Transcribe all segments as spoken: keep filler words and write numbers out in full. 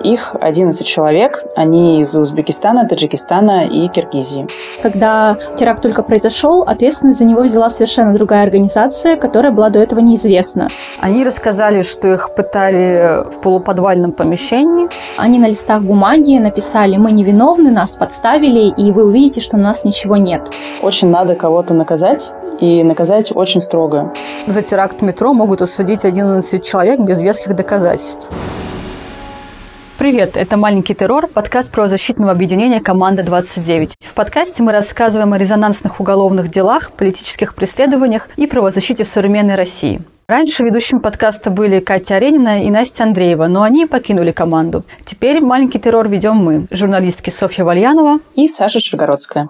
Их одиннадцать человек. Они из Узбекистана, Таджикистана и Киргизии. Когда теракт только произошел, ответственность за него взяла совершенно другая организация, которая была до этого неизвестна. Они рассказали, что их пытали в полуподвальном помещении. Они на листах бумаги написали: «Мы невиновны, нас подставили, и вы увидите, что у нас ничего нет». Очень надо кого-то наказать, и наказать очень строго. За теракт в метро могут осудить одиннадцать человек без веских доказательств. Привет, это «Маленький террор», подкаст правозащитного объединения «Команда двадцать девять». В подкасте мы рассказываем о резонансных уголовных делах, политических преследованиях и правозащите в современной России. Раньше ведущими подкаста были Катя Аренина и Настя Андреева, но они покинули команду. Теперь «Маленький террор» ведем мы, журналистки Софья Вальянова и Саша Шаргородская.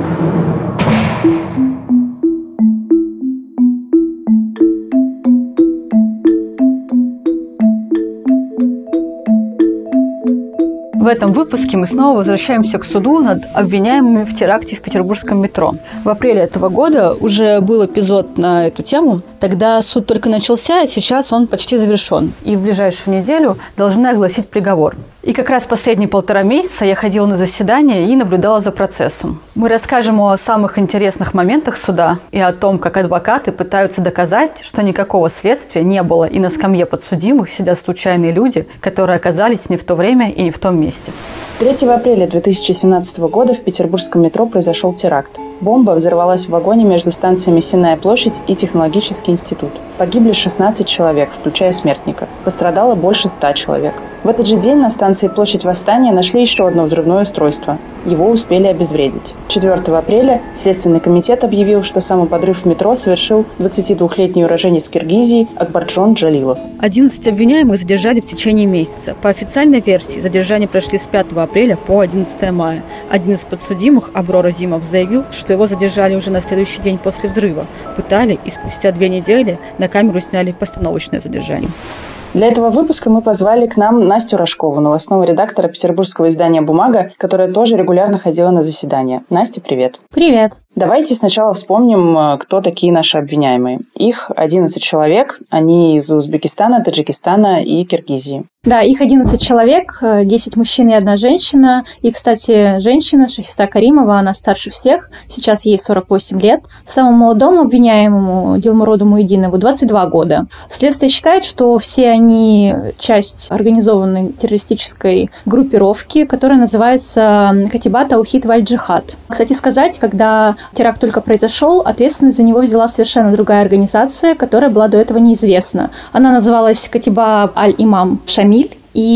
В этом выпуске мы снова возвращаемся к суду над обвиняемыми в теракте в петербургском метро. В апреле этого года уже был эпизод на эту тему. Тогда суд только начался, а сейчас он почти завершен. И в ближайшую неделю должны огласить приговор. И как раз последние полтора месяца я ходила на заседание и наблюдала за процессом. Мы расскажем о самых интересных моментах суда и о том, как адвокаты пытаются доказать, что никакого следствия не было, и на скамье подсудимых сидят случайные люди, которые оказались не в то время и не в том месте. третьего апреля две тысячи семнадцатого года в петербургском метро произошел теракт. Бомба взорвалась в вагоне между станциями Сенная площадь и Технологический институт. Погибли шестнадцать человек, включая смертника. Пострадало больше ста человек. В этот же день на станции Площадь Восстания нашли еще одно взрывное устройство. Его успели обезвредить. четвёртого апреля Следственный комитет объявил, что самоподрыв в метро совершил двадцатидвухлетний уроженец Киргизии Акбарджон Джалилов. одиннадцать обвиняемых задержали в течение месяца. По официальной версии, задержания прошли с пятого апреля по одиннадцатое мая. Один из подсудимых, Аброр Азимов, заявил, что его задержали уже на следующий день после взрыва. Пытали и спустя две недели на камеру сняли постановочное задержание. Для этого выпуска мы позвали к нам Настю Рожкову, новостного редактора петербургского издания «Бумага», которая тоже регулярно ходила на заседания. Настя, привет. Привет. Давайте сначала вспомним, кто такие наши обвиняемые. Их одиннадцать человек, они из Узбекистана, Таджикистана и Киргизии. Да, их одиннадцать человек, десять мужчин и одна женщина. И, кстати, женщина Шахиста Каримова, она старше всех, сейчас ей сорок восемь лет. Самому молодому обвиняемому Дилмуроду Муидинову двадцать два года. Следствие считает, что все они часть организованной террористической группировки, которая называется Катиба Таухид Валь Джихад. Кстати сказать, когда теракт только произошел, ответственность за него взяла совершенно другая организация, которая была до этого неизвестна. Она называлась Катиба Аль-Имам Шамиль,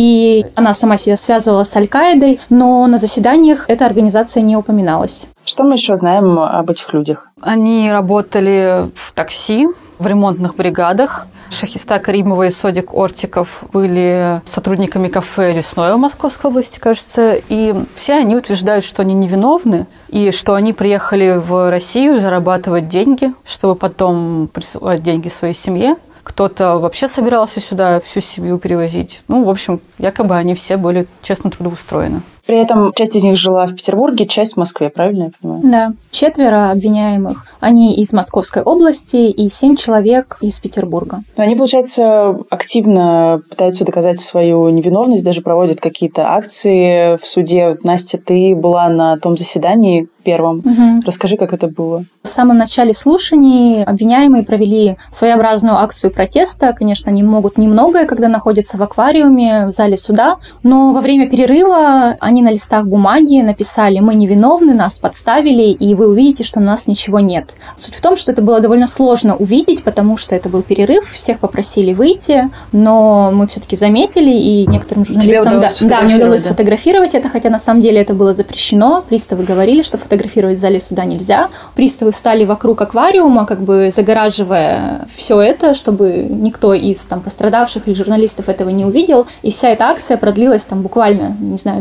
и она сама себя связывала с Аль-Каидой, но на заседаниях эта организация не упоминалась. Что мы еще знаем об этих людях? Они работали в такси, в ремонтных бригадах. Шахиста Каримова и Содик Ортиков были сотрудниками кафе «Лесное» в Московской области, кажется. И все они утверждают, что они невиновны, и что они приехали в Россию зарабатывать деньги, чтобы потом присылать деньги своей семье. Кто-то вообще собирался сюда всю семью перевозить. Ну, в общем, якобы они все были честно трудоустроены. При этом часть из них жила в Петербурге, часть в Москве, правильно я понимаю? Да. Четверо обвиняемых, они из Московской области, и семь человек из Петербурга. Но они, получается, активно пытаются доказать свою невиновность, даже проводят какие-то акции в суде. Настя, ты была на том заседании первом. Угу. Расскажи, как это было. В самом начале слушаний обвиняемые провели своеобразную акцию протеста. Конечно, они могут немногое, когда находятся в аквариуме, в зале суда, но во время перерыва они на листах бумаги написали: «Мы невиновны, нас подставили, и вы увидите, что у нас ничего нет». Суть в том, что это было довольно сложно увидеть, потому что это был перерыв, всех попросили выйти, но мы все-таки заметили, и некоторым журналистам да, да, мне удалось да. сфотографировать это, хотя на самом деле это было запрещено. Приставы говорили, что фотографировать в зале суда нельзя. Приставы встали вокруг аквариума, как бы загораживая все это, чтобы никто из там, пострадавших или журналистов этого не увидел. И вся эта акция продлилась там буквально, не знаю, две минуты,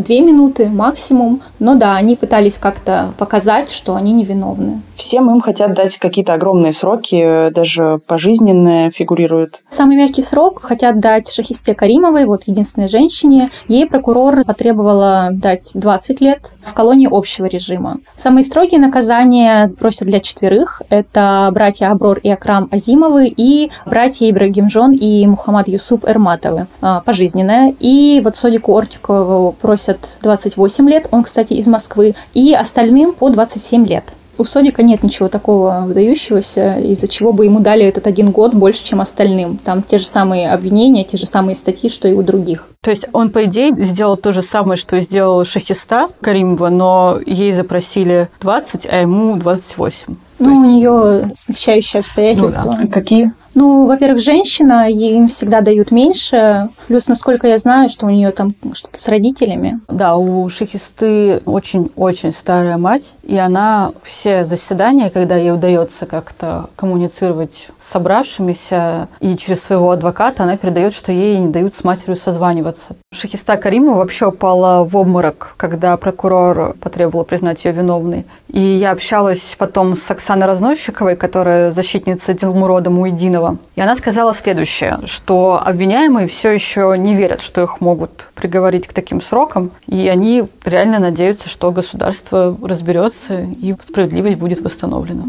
минуты максимум. Но да, они пытались как-то показать, что они невиновны. Всем им хотят дать какие-то огромные сроки, даже пожизненные фигурируют. Самый мягкий срок хотят дать Шахисте Каримовой, вот единственной женщине. Ей прокурор потребовала дать двадцать лет в колонии общего режима. Самые строгие наказания просят для четверых. Это братья Аброр и Акрам Азимовы и братья Ибрагимжон и Мухаммад Юсуп Эрматовы. Пожизненное. И вот Содику Ортикову просят двадцать восемь лет. Он, кстати, из Москвы. И остальным по двадцать семь лет. У Содика нет ничего такого выдающегося, из-за чего бы ему дали этот один год больше, чем остальным. Там те же самые обвинения, те же самые статьи, что и у других. То есть он, по идее, сделал то же самое, что сделала Шахиста Каримова, но ей запросили двадцать, а ему двадцать восемь. Ну, есть... у нее смягчающие обстоятельства. Ну, да. Какие? Ну, во-первых, женщина, ей им всегда дают меньше. Плюс, насколько я знаю, что у нее там что-то с родителями. Да, у Шахисты очень-очень старая мать, и она все заседания, когда ей удается как-то коммуницировать с собравшимися и через своего адвоката, она передает, что ей не дают с матерью созваниваться. Шахиста Каримова вообще упала в обморок, когда прокурор потребовал признать ее виновной. И я общалась потом с Оксаной Разносчиковой, которая защитница Дилмурода Муидинова. И она сказала следующее, что обвиняемые все еще не верят, что их могут приговорить к таким срокам, и они реально надеются, что государство разберется и справедливость будет восстановлена.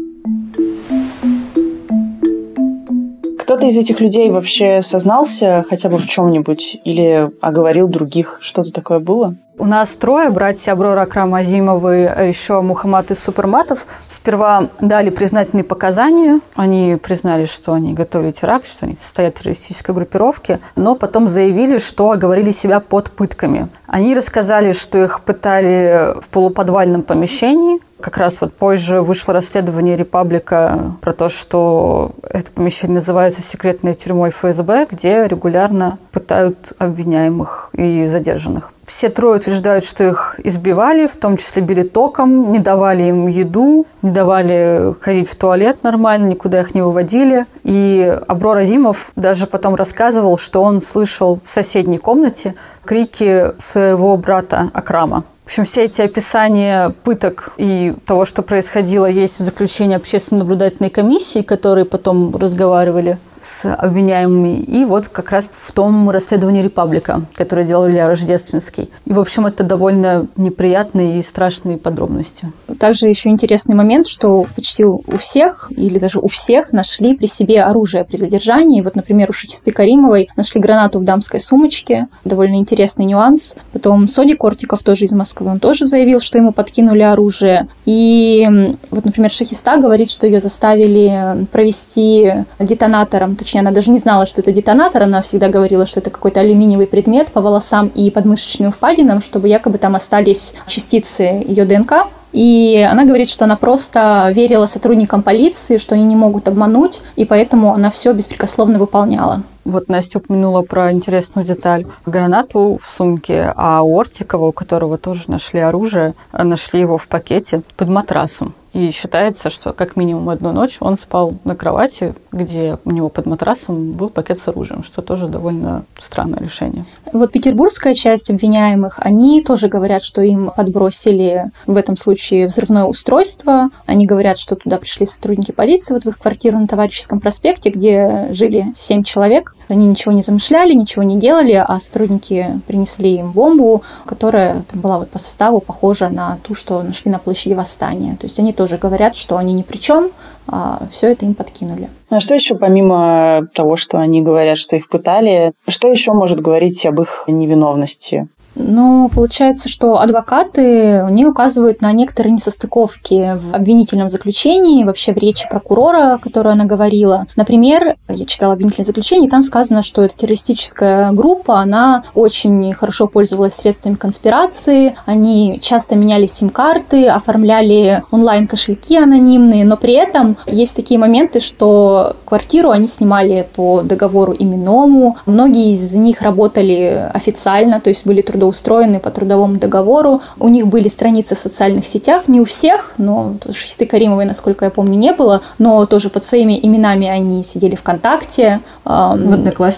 Кто-то из этих людей вообще сознался хотя бы в чем-нибудь или оговорил других? Что-то такое было? У нас трое, братья Аброр, Акрам Азимовы, а еще Мухаммад Юсуп Эрматов. Сперва дали признательные показания. Они признали, что они готовили теракт, что они состоят в террористической группировке, но потом заявили, что оговорили себя под пытками. Они рассказали, что их пытали в полуподвальном помещении. Как раз вот позже вышло расследование «Репаблика» про то, что это помещение называется секретной тюрьмой эф эс бэ, где регулярно пытают обвиняемых и задержанных. Все трое утверждают, что их избивали, в том числе били током, не давали им еду, не давали ходить в туалет нормально, никуда их не выводили. И Аброр Азимов даже потом рассказывал, что он слышал в соседней комнате крики своего брата Акрама. В общем, все эти описания пыток и того, что происходило, есть в заключении общественной наблюдательной комиссии, которые потом разговаривали с обвиняемыми. И вот как раз в том расследовании «Репаблика», которое делал Илья Рождественский. И, в общем, это довольно неприятные и страшные подробности. Также еще интересный момент, что почти у всех, или даже у всех, нашли при себе оружие при задержании. Вот, например, у Шахисты Каримовой нашли гранату в дамской сумочке. Довольно интересный нюанс. Потом Содик Ортиков, тоже из Москвы, он тоже заявил, что ему подкинули оружие. И вот, например, Шахиста говорит, что ее заставили провести детонатором. Точнее, она даже не знала, что это детонатор. Она всегда говорила, что это какой-то алюминиевый предмет по волосам и подмышечным впадинам, чтобы якобы там остались частицы ее дэ эн ка. И она говорит, что она просто верила сотрудникам полиции, что они не могут обмануть, и поэтому она все беспрекословно выполняла. Вот Настя упомянула про интересную деталь. Гранату в сумке, а у Ортикова, у которого тоже нашли оружие, нашли его в пакете под матрасом. И считается, что как минимум одну ночь он спал на кровати, где у него под матрасом был пакет с оружием, что тоже довольно странное решение. Вот петербургская часть обвиняемых, они тоже говорят, что им подбросили в этом случае взрывное устройство. Они говорят, что туда пришли сотрудники полиции вот в их квартиру на Товарищеском проспекте, где жили семь человек. Они ничего не замышляли, ничего не делали, а сотрудники принесли им бомбу, которая была вот по составу похожа на ту, что нашли на площади Восстания. То есть они тоже говорят, что они ни при чем, а все это им подкинули. А что еще, помимо того, что они говорят, что их пытали, что еще может говорить об их невиновности? Ну, получается, что адвокаты, они указывают на некоторые несостыковки в обвинительном заключении, вообще в речи прокурора, которую она говорила. Например, я читала обвинительное заключение, там сказано, что эта террористическая группа, она очень хорошо пользовалась средствами конспирации, они часто меняли сим-карты, оформляли онлайн-кошельки анонимные, но при этом есть такие моменты, что квартиру они снимали по договору именному, многие из них работали официально, то есть были трудоустроены устроены по трудовому договору. У них были страницы в социальных сетях, не у всех, но Шахисты Каримовой, насколько я помню, не было, но тоже под своими именами они сидели ВКонтакте. В Одноклассниках.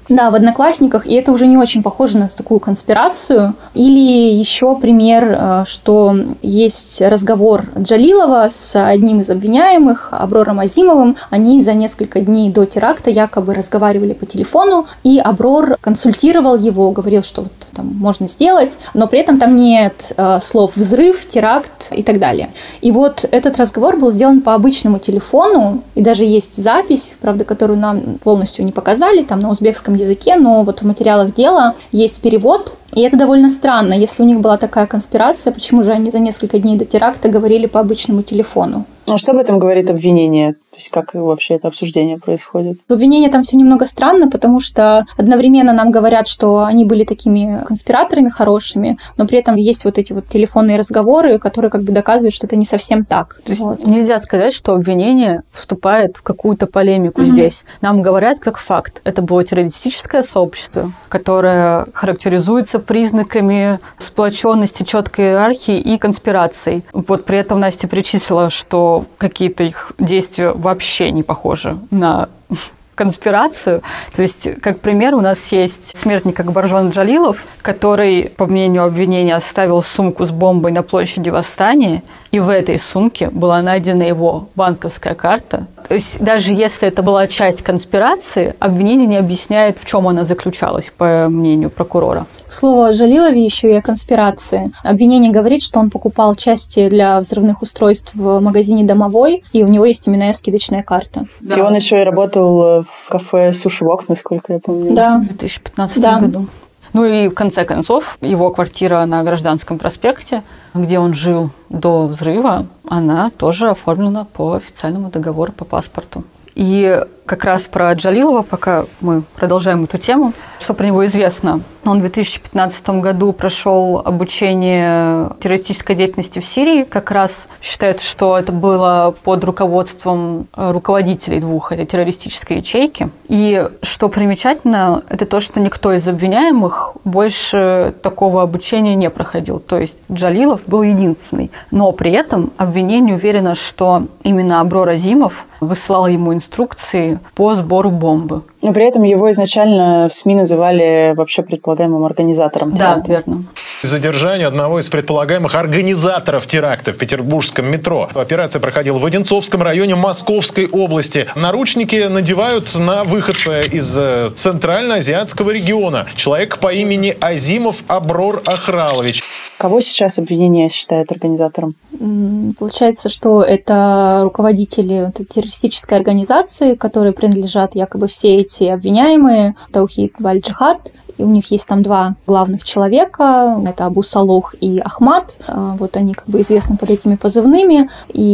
Да, в Одноклассниках, и это уже не очень похоже на такую конспирацию. Или еще пример, что есть разговор Джалилова с одним из обвиняемых, Аброром Азимовым. Они за несколько дней до теракта якобы разговаривали по телефону, и Аброр консультировал его, говорил, что вот там можно сделать, но при этом там нет э, слов «взрыв», «теракт» и так далее. И вот этот разговор был сделан по обычному телефону, и даже есть запись, правда, которую нам полностью не показали, там на узбекском языке, но вот в материалах дела есть перевод, и это довольно странно. Если у них была такая конспирация, почему же они за несколько дней до теракта говорили по обычному телефону? А что об этом говорит обвинение? То есть как вообще это обсуждение происходит? В обвинении там все немного странно, потому что одновременно нам говорят, что они были такими конспираторами хорошими, но при этом есть вот эти вот телефонные разговоры, которые как бы доказывают, что это не совсем так. То есть вот. Нельзя сказать, что обвинение вступает в какую-то полемику mm-hmm. здесь. Нам говорят как факт. Это было террористическое сообщество, которое характеризуется признаками сплоченности, четкой иерархии и конспираций. Вот при этом Настя перечислила, что какие-то их действия вообще не похожи на конспирацию. То есть, как пример, у нас есть смертник Акбаржон Джалилов, который, по мнению обвинения, оставил сумку с бомбой на площади Восстания, и в этой сумке была найдена его банковская карта. То есть, даже если это была часть конспирации, обвинение не объясняет, в чем она заключалась, по мнению прокурора. К слову о Джалилове еще и о конспирации. Обвинение говорит, что он покупал части для взрывных устройств в магазине «Домовой», и у него есть именная скидочная карта. Да. И он еще и работал в кафе «Суши Вок», насколько я помню. Да. В две тысячи пятнадцатом да. году. Ну и в конце концов, его квартира на Гражданском проспекте, где он жил до взрыва, она тоже оформлена по официальному договору по паспорту. И как раз про Джалилова, пока мы продолжаем эту тему, что про него известно. Он в две тысячи пятнадцатом году прошел обучение террористической деятельности в Сирии. Как раз считается, что это было под руководством руководителей двух этой террористической ячейки. И что примечательно, это то, что никто из обвиняемых больше такого обучения не проходил. То есть Джалилов был единственный. Но при этом обвинение уверено, что именно Аброр Азимов высылал ему инструкции по сбору бомбы. Но при этом его изначально в СМИ называли вообще предполагаемым организатором теракта. Да, верно. Задержанию одного из предполагаемых организаторов теракта в петербургском метро. Операция проходила в Одинцовском районе Московской области. Наручники надевают на выходца из Центральноазиатского региона. Человек по имени Азимов Аброр Ахралович. Кого сейчас обвинение считает организатором? Получается, что это руководители террористической организации, которые принадлежат якобы все эти обвиняемые, Таухид Валь-Джихад. И у них есть там два главных человека, это Абу Салох и Ахмад. Вот они как бы известны под этими позывными.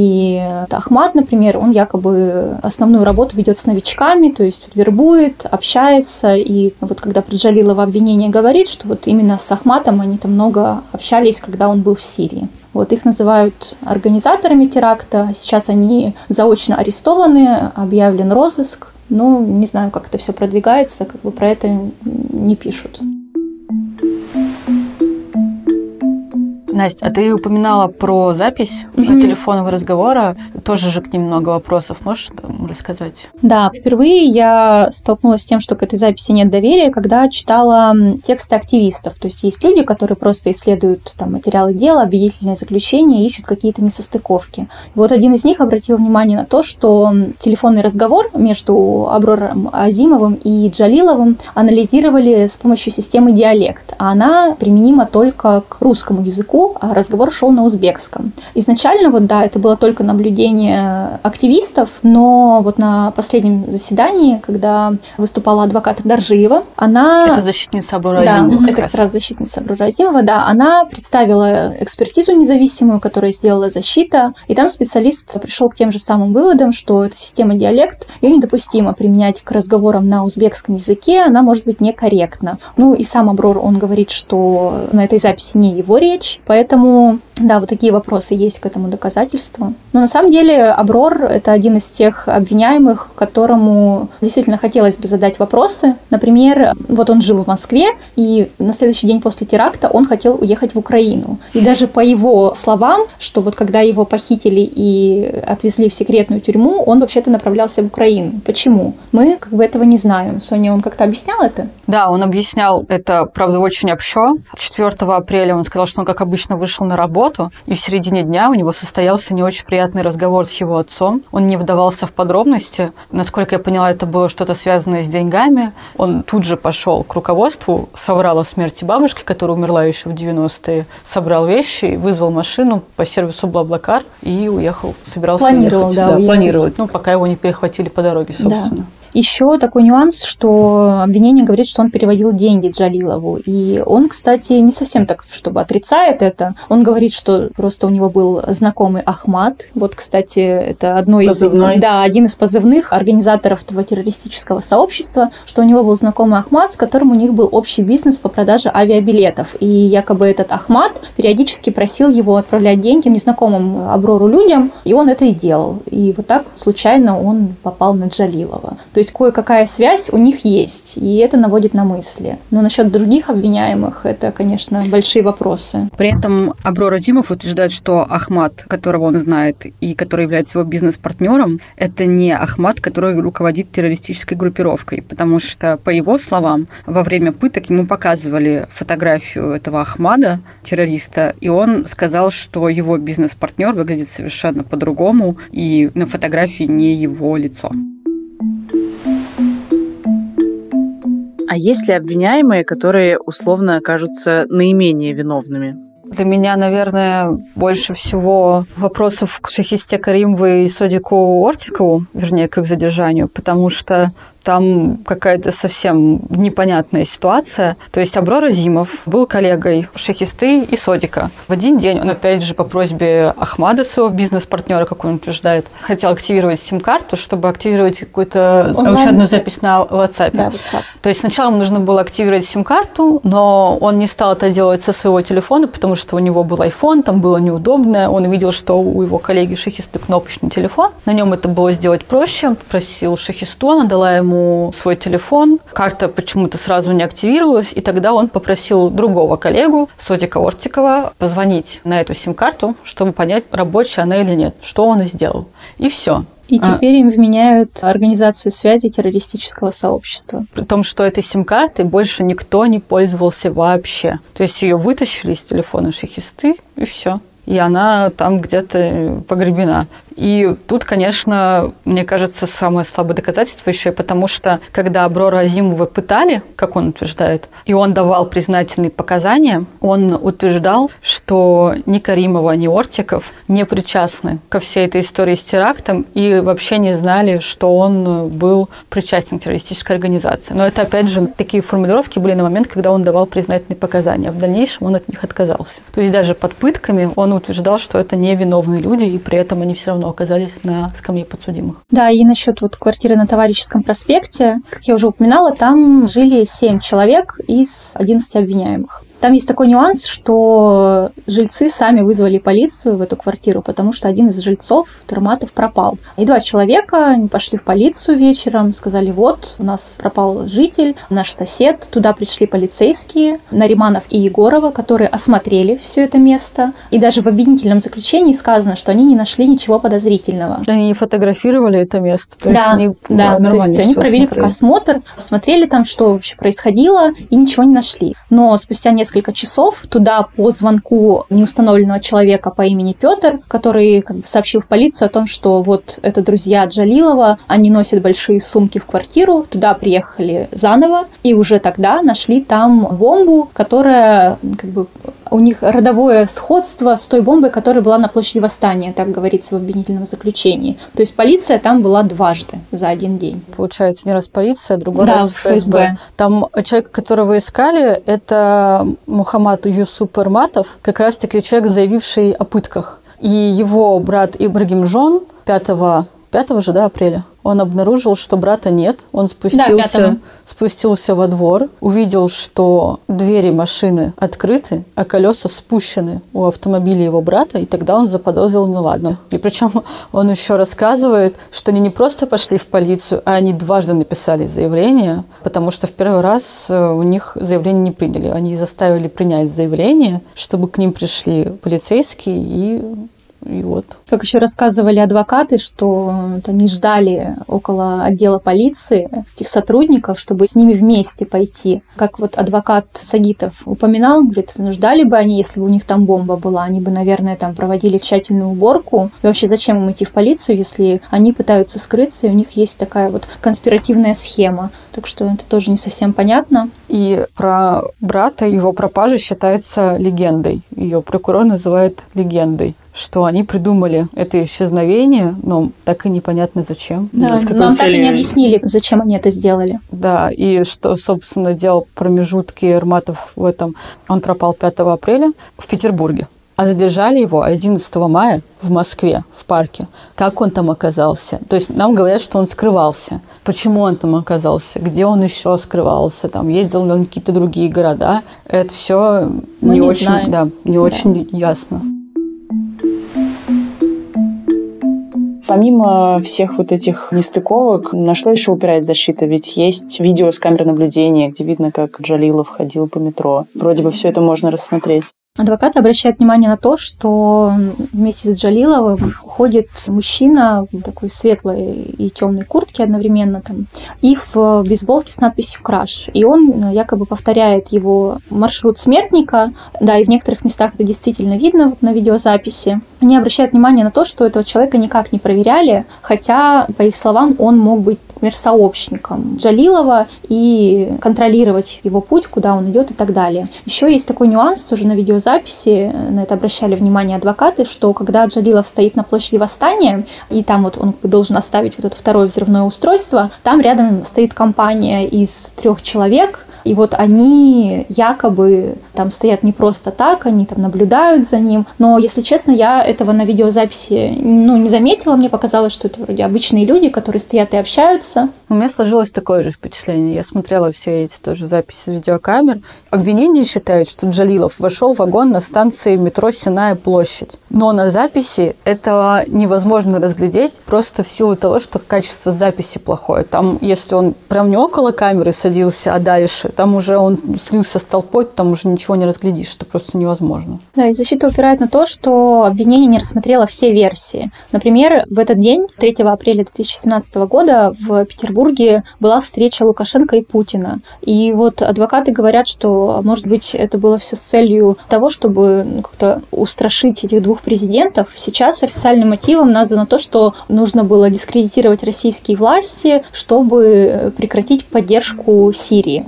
И Ахмад, например, он якобы основную работу ведет с новичками, то есть вербует, общается. И вот когда про Джалилова обвинение говорит, что вот именно с Ахмадом они там много общались, когда он был в Сирии. Вот их называют организаторами теракта. Сейчас они заочно арестованы, объявлен розыск. Ну, не знаю, как это все продвигается, как бы про это не пишут. Настя, а ты упоминала про запись mm-hmm. телефонного разговора. Тоже же к ним много вопросов. Можешь там рассказать? Да, впервые я столкнулась с тем, что к этой записи нет доверия, когда читала тексты активистов. То есть есть люди, которые просто исследуют там материалы дела, обвинительные заключения, ищут какие-то несостыковки. И вот один из них обратил внимание на то, что телефонный разговор между Аброром Азимовым и Джалиловым анализировали с помощью системы диалект, а она применима только к русскому языку, а разговор шел на узбекском. Изначально, вот да, это было только наблюдение активистов, но вот на последнем заседании, когда выступала адвокат Даржиева, она... Это защитница Аброра да, Азимова. Да, это как раз защитница Аброра Азимова, да, она представила экспертизу независимую, которую сделала защита, и там специалист пришел к тем же самым выводам, что эта система диалект, ее недопустимо применять к разговорам на узбекском языке, она может быть некорректна. Ну и сам Аброр, он говорит, что на этой записи не его речь, поэтому Да, вот такие вопросы есть к этому доказательству. Но на самом деле Аброр – это один из тех обвиняемых, которому действительно хотелось бы задать вопросы. Например, вот он жил в Москве, и на следующий день после теракта он хотел уехать в Украину. И даже по его словам, что вот когда его похитили и отвезли в секретную тюрьму, он вообще-то направлялся в Украину. Почему? Мы как бы этого не знаем. Соня, он как-то объяснял это? Да, он объяснял это, правда, очень общо. четвёртого апреля он сказал, что он, как обычно, вышел на работу, и в середине дня у него состоялся не очень приятный разговор с его отцом. Он не вдавался в подробности. Насколько я поняла, это было что-то связанное с деньгами. Он тут же пошел к руководству, соврал о смерти бабушки, которая умерла еще в девяностые, собрал вещи, вызвал машину по сервису Блаблакар и уехал. Собирался планировал, уехать. Да, да, уехать. планировать. Ну, пока его не перехватили по дороге, собственно. Да. Еще такой нюанс, что обвинение говорит, что он переводил деньги Джалилову. И он, кстати, не совсем так, чтобы отрицает это. Он говорит, что просто у него был знакомый Ахмад. Вот, кстати, это одно из... Позывной. Да, один из позывных организаторов этого террористического сообщества, что у него был знакомый Ахмад, с которым у них был общий бизнес по продаже авиабилетов. И якобы этот Ахмад периодически просил его отправлять деньги незнакомым Аброру людям, и он это и делал. И вот так случайно он попал на Джалилова. То есть кое-какая связь у них есть, и это наводит на мысли. Но насчет других обвиняемых это, конечно, большие вопросы. При этом Аброр Азимов утверждает, что Ахмад, которого он знает и который является его бизнес-партнером, это не Ахмад, который руководит террористической группировкой, потому что, по его словам, во время пыток ему показывали фотографию этого Ахмада, террориста, и он сказал, что его бизнес-партнер выглядит совершенно по-другому, и на фотографии не его лицо. А есть ли обвиняемые, которые условно окажутся наименее виновными? Для меня, наверное, больше всего вопросов к Шахисте Каримовой и Содику Ортикову, вернее, к их задержанию, потому что там какая-то совсем непонятная ситуация. То есть Аброр Азимов был коллегой Шахисты и Содика. В один день он, опять же, по просьбе Ахмада, своего бизнес-партнера, как он утверждает, хотел активировать сим-карту, чтобы активировать какую-то учетную запись на WhatsApp. Да, WhatsApp. То есть сначала ему нужно было активировать сим-карту, но он не стал это делать со своего телефона, потому что у него был iPhone, там было неудобно. Он увидел, что у его коллеги Шахисты кнопочный телефон. На нем это было сделать проще. Просил Шахисту, она дала ему свой телефон, карта почему-то сразу не активировалась, и тогда он попросил другого коллегу, Содика Ортикова, позвонить на эту сим-карту, чтобы понять, рабочая она или нет, что он и сделал. И все. И теперь а... им вменяют организацию связи террористического сообщества. При том, что этой сим-картой больше никто не пользовался вообще. То есть ее вытащили из телефона Шахисты, и все. И она там где-то погребена. И тут, конечно, мне кажется, самое слабое доказательство еще, потому что когда Аброра Азимова пытали, как он утверждает, и он давал признательные показания, он утверждал, что ни Каримова, ни Ортиков не причастны ко всей этой истории с терактом и вообще не знали, что он был причастен к террористической организации. Но это, опять же, такие формулировки были на момент, когда он давал признательные показания. В дальнейшем он от них отказался. То есть даже под пытками он утверждал, что это невиновные люди, и при этом они все равно оказались на скамье подсудимых. Да, и насчет вот квартиры на Товарищеском проспекте, как я уже упоминала, там жили семь человек из одиннадцати обвиняемых. Там есть такой нюанс, что жильцы сами вызвали полицию в эту квартиру, потому что один из жильцов, Турматов, пропал. И два человека пошли в полицию вечером, сказали, вот, у нас пропал житель, наш сосед. Туда пришли полицейские, Нариманов и Егорова, которые осмотрели все это место. И даже в обвинительном заключении сказано, что они не нашли ничего подозрительного. Они не фотографировали это место. То да, есть они, да, да, то есть они провели смотрели. как осмотр, посмотрели там, что вообще происходило, и ничего не нашли. Но спустя несколько Несколько часов туда по звонку неустановленного человека по имени Петр, который как бы сообщил в полицию о том, что вот это друзья Джалилова, они носят большие сумки в квартиру, туда приехали заново, и уже тогда нашли там бомбу, которая как бы у них родовое сходство с той бомбой, которая была на площади Восстания, так говорится в обвинительном заключении. То есть полиция там была дважды за один день. Получается, не раз полиция, другой да, раз эф эс бэ. эф эс бэ. Там человек, которого искали, это Мухаммад Юсуп Ирматов, как раз-таки человек, заявивший о пытках. И его брат Ибрагим Жон пятого пятого же, да, апреля, он обнаружил, что брата нет. Он спустился, да, спустился во двор, увидел, что двери машины открыты, а колеса спущены у автомобиля его брата, и тогда он заподозрил неладно. И причем он еще рассказывает, что они не просто пошли в полицию, а они дважды написали заявление, потому что в первый раз у них заявление не приняли. Они заставили принять заявление, чтобы к ним пришли полицейские и... И вот. Как еще рассказывали адвокаты, что они ждали около отдела полиции этих сотрудников, чтобы с ними вместе пойти. Как вот адвокат Сагитов упоминал, говорит, ну, ждали бы они, если бы у них там бомба была, они бы, наверное, там проводили тщательную уборку. И вообще, зачем им идти в полицию, если они пытаются скрыться, и у них есть такая вот конспиративная схема. Так что это тоже не совсем понятно. И про брата его пропажа считается легендой. Ее прокурор называет легендой, что они придумали это исчезновение, но так и непонятно зачем. Да, нам так и не объяснили, зачем они это сделали. Да, и что, собственно, делал промежутки Эрматов в этом. Он пропал пятого апреля в Петербурге, а задержали его одиннадцатого мая в Москве, в парке. Как он там оказался? То есть нам говорят, что он скрывался. Почему он там оказался? Где он еще скрывался? Там ездил на какие-то другие города? Это все не, не очень, да, не да. очень ясно. Помимо всех вот этих нестыковок, на что еще упирает защита? Ведь есть видео с камер наблюдения, где видно, как Джалилов ходил по метро. Вроде бы все это можно рассмотреть. Адвокаты обращают внимание на то, что вместе с Джалиловым ходит мужчина в такой светлой и темной куртке одновременно там, и в бейсболке с надписью «Краш». И он якобы повторяет его маршрут смертника, да, и в некоторых местах это действительно видно вот на видеозаписи. Они обращают внимание на то, что этого человека никак не проверяли, хотя, по их словам, он мог быть, например, сообщником Джалилова и контролировать его путь, куда он идет и так далее. Еще есть такой нюанс тоже на видеозаписи, записи, на это обращали внимание адвокаты, что когда Джалилов стоит на площади Восстания, и там вот он должен оставить вот это второе взрывное устройство, там рядом стоит компания из трех человек, и вот они якобы там стоят не просто так, они там наблюдают за ним, но, если честно, я этого на видеозаписи ну, не заметила, мне показалось, что это вроде обычные люди, которые стоят и общаются. У меня сложилось такое же впечатление. Я смотрела все эти тоже записи видеокамер. Обвинение считает, что Джалилов вошел в вагон на станции метро Сенная площадь. Но на записи этого невозможно разглядеть просто в силу того, что качество записи плохое. Там, если он прям не около камеры садился, а дальше, там уже он слился с толпой, там уже ничего не разглядишь, это просто невозможно. Да, и защита упирает на то, что обвинение не рассмотрело все версии. Например, в этот день, третьего апреля две тысячи семнадцатого года, в Петербурге была встреча Лукашенко и Путина. И вот адвокаты говорят, что, может быть, это было все с целью того, чтобы как-то устрашить этих двух президентов. Сейчас официальным мотивом названо то, что нужно было дискредитировать российские власти, чтобы прекратить поддержку Сирии.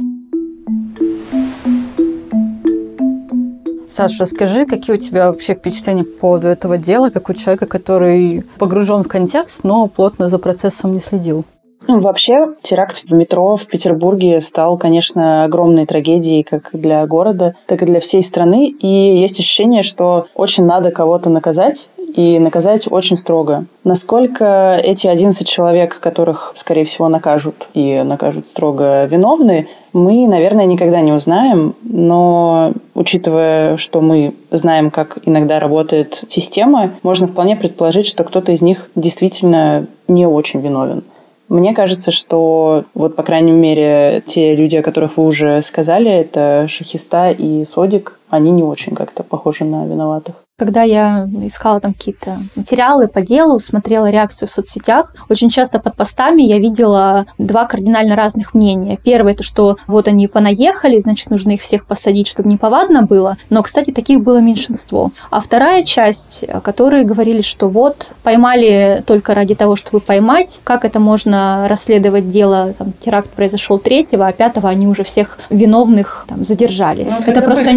Саша, расскажи, какие у тебя вообще впечатления по поводу этого дела, как у человека, который погружен в контекст, но плотно за процессом не следил? Ну, вообще, теракт в метро в Петербурге стал, конечно, огромной трагедией как для города, так и для всей страны. И есть ощущение, что очень надо кого-то наказать, и наказать очень строго. Насколько эти одиннадцать человек, которых, скорее всего, накажут и накажут строго виновны, мы, наверное, никогда не узнаем. Но, учитывая, что мы знаем, как иногда работает система, можно вполне предположить, что кто-то из них действительно не очень виновен. Мне кажется, что, вот, по крайней мере, те люди, о которых вы уже сказали, это Шахиста и Содик, они не очень как-то похожи на виноватых. Когда я искала там какие-то материалы по делу, смотрела реакцию в соцсетях, очень часто под постами я видела два кардинально разных мнения. Первое, это что вот они понаехали, значит, нужно их всех посадить, чтобы неповадно было. Но, кстати, таких было меньшинство. А вторая часть, которые говорили, что вот поймали только ради того, чтобы поймать, как это можно расследовать дело, там, теракт произошел третьего, а пятого они уже всех виновных там задержали. Ну, это просто невозможно.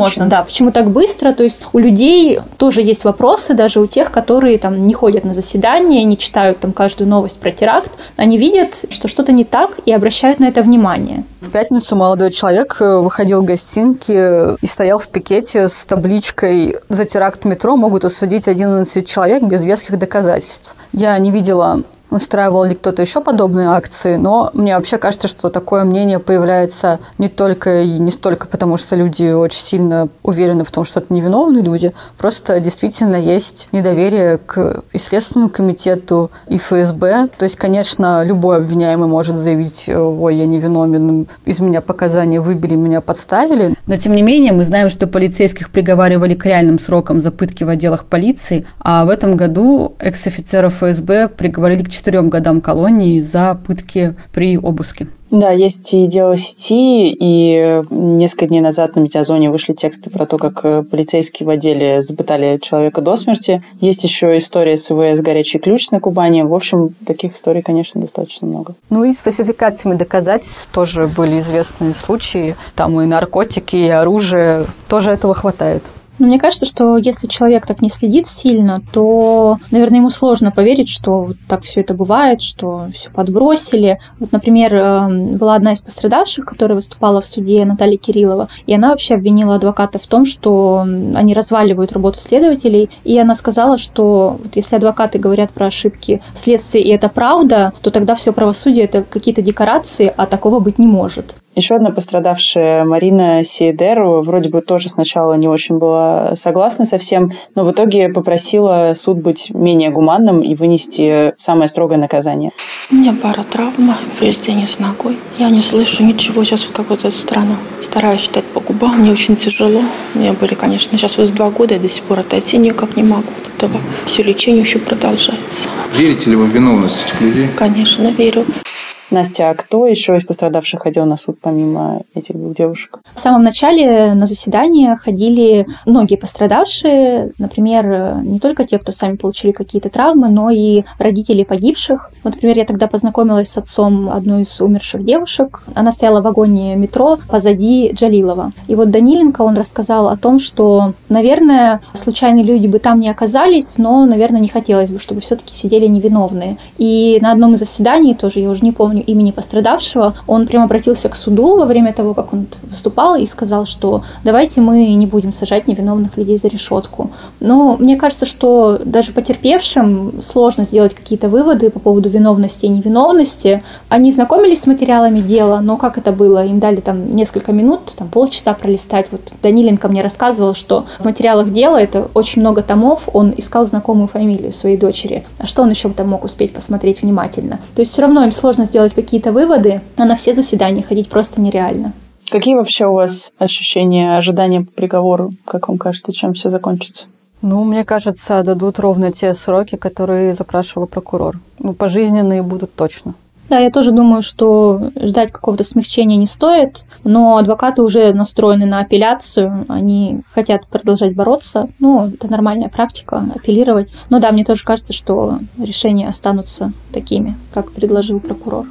невозможно, да, почему так быстро, то есть у людей тоже есть вопросы, даже у тех, которые там не ходят на заседания, не читают там каждую новость про теракт, они видят, что что-то не так и обращают на это внимание. В пятницу молодой человек выходил в гостинки и стоял в пикете с табличкой «За теракт в метро могут осудить одиннадцать человек без веских доказательств». Я не видела, устраивал ли кто-то еще подобные акции, но мне вообще кажется, что такое мнение появляется не только и не столько потому, что люди очень сильно уверены в том, что это невиновные люди, просто действительно есть недоверие к и Следственному комитету, и эф эс бэ. То есть, конечно, любой обвиняемый может заявить: ой, я невиновен, из меня показания выбили, меня подставили. Но, тем не менее, мы знаем, что полицейских приговаривали к реальным срокам за пытки в отделах полиции, а в этом году экс-офицеров эф эс бэ приговорили к четырем годам колонии за пытки при обыске. Да, есть и дело сети, и несколько дней назад на Медиазоне вышли тексты про то, как полицейские в отделе запытали человека до смерти. Есть еще история с ИВС «Горячий ключ» на Кубани. В общем, таких историй, конечно, достаточно много. Ну и с фальсификациями доказательств тоже были известные случаи. Там и наркотики, и оружие. Тоже этого хватает. Но мне кажется, что если человек так не следит сильно, то, наверное, ему сложно поверить, что вот так все это бывает, что все подбросили. Вот, например, была одна из пострадавших, которая выступала в суде, Наталья Кириллова, и она вообще обвинила адвоката в том, что они разваливают работу следователей, и она сказала, что вот если адвокаты говорят про ошибки следствия, и это правда, то тогда все правосудие – это какие-то декорации, а такого быть не может. Еще одна пострадавшая, Марина Сейдерова, вроде бы тоже сначала не очень была согласна со всем, но в итоге попросила суд быть менее гуманным и вынести самое строгое наказание. У меня пара травм, повреждение с ногой. Я не слышу ничего, сейчас вот какой-то странно. Стараюсь читать по губам, мне очень тяжело. У меня были, конечно, сейчас вот два года, я до сих пор отойти никак не могу от этого. Все лечение еще продолжается. Верите ли вы в виновность этих людей? Конечно, верю. Настя, а кто еще из пострадавших ходил на суд помимо этих двух девушек? В самом начале на заседание ходили многие пострадавшие, например, не только те, кто сами получили какие-то травмы, но и родители погибших. Вот, например, я тогда познакомилась с отцом одной из умерших девушек. Она стояла в вагоне метро позади Джалилова. И вот Даниленко, он рассказал о том, что, наверное, случайные люди бы там не оказались, но, наверное, не хотелось бы, чтобы все-таки сидели невиновные. И на одном из заседаний, тоже я уже не помню имени пострадавшего, он прямо обратился к суду во время того, как он выступал, и сказал, что давайте мы не будем сажать невиновных людей за решетку. Но мне кажется, что даже потерпевшим сложно сделать какие-то выводы по поводу виновности и невиновности. Они знакомились с материалами дела, но как это было? Им дали там несколько минут, там полчаса пролистать. Вот Даниленко мне рассказывал, что в материалах дела это очень много томов, он искал знакомую фамилию своей дочери. А что он еще там мог успеть посмотреть внимательно? То есть все равно им сложно сделать какие-то выводы, а на все заседания ходить просто нереально. Какие вообще у вас ощущения, ожидания по приговору? Как вам кажется, чем все закончится? Ну, мне кажется, дадут ровно те сроки, которые запрашивал прокурор. Ну, пожизненные будут точно. Да, я тоже думаю, что ждать какого-то смягчения не стоит, но адвокаты уже настроены на апелляцию, они хотят продолжать бороться, ну, это нормальная практика, апеллировать. Но да, мне тоже кажется, что решения останутся такими, как предложил прокурор.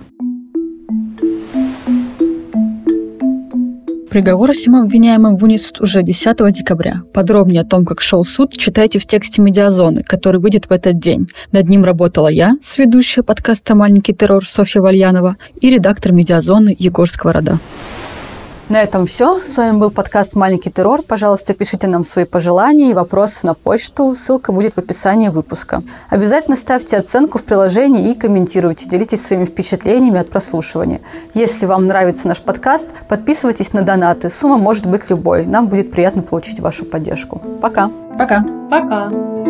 Приговор всем обвиняемым вынесут уже десятого декабря. Подробнее о том, как шел суд, читайте в тексте «Медиазоны», который выйдет в этот день. Над ним работала я, сведущая подкаста «Маленький террор» Софья Вальянова и редактор «Медиазоны» Егор Сковорода. На этом все. С вами был подкаст «Маленький террор». Пожалуйста, пишите нам свои пожелания и вопросы на почту. Ссылка будет в описании выпуска. Обязательно ставьте оценку в приложении и комментируйте. Делитесь своими впечатлениями от прослушивания. Если вам нравится наш подкаст, подписывайтесь на донаты. Сумма может быть любой. Нам будет приятно получить вашу поддержку. Пока. Пока. Пока.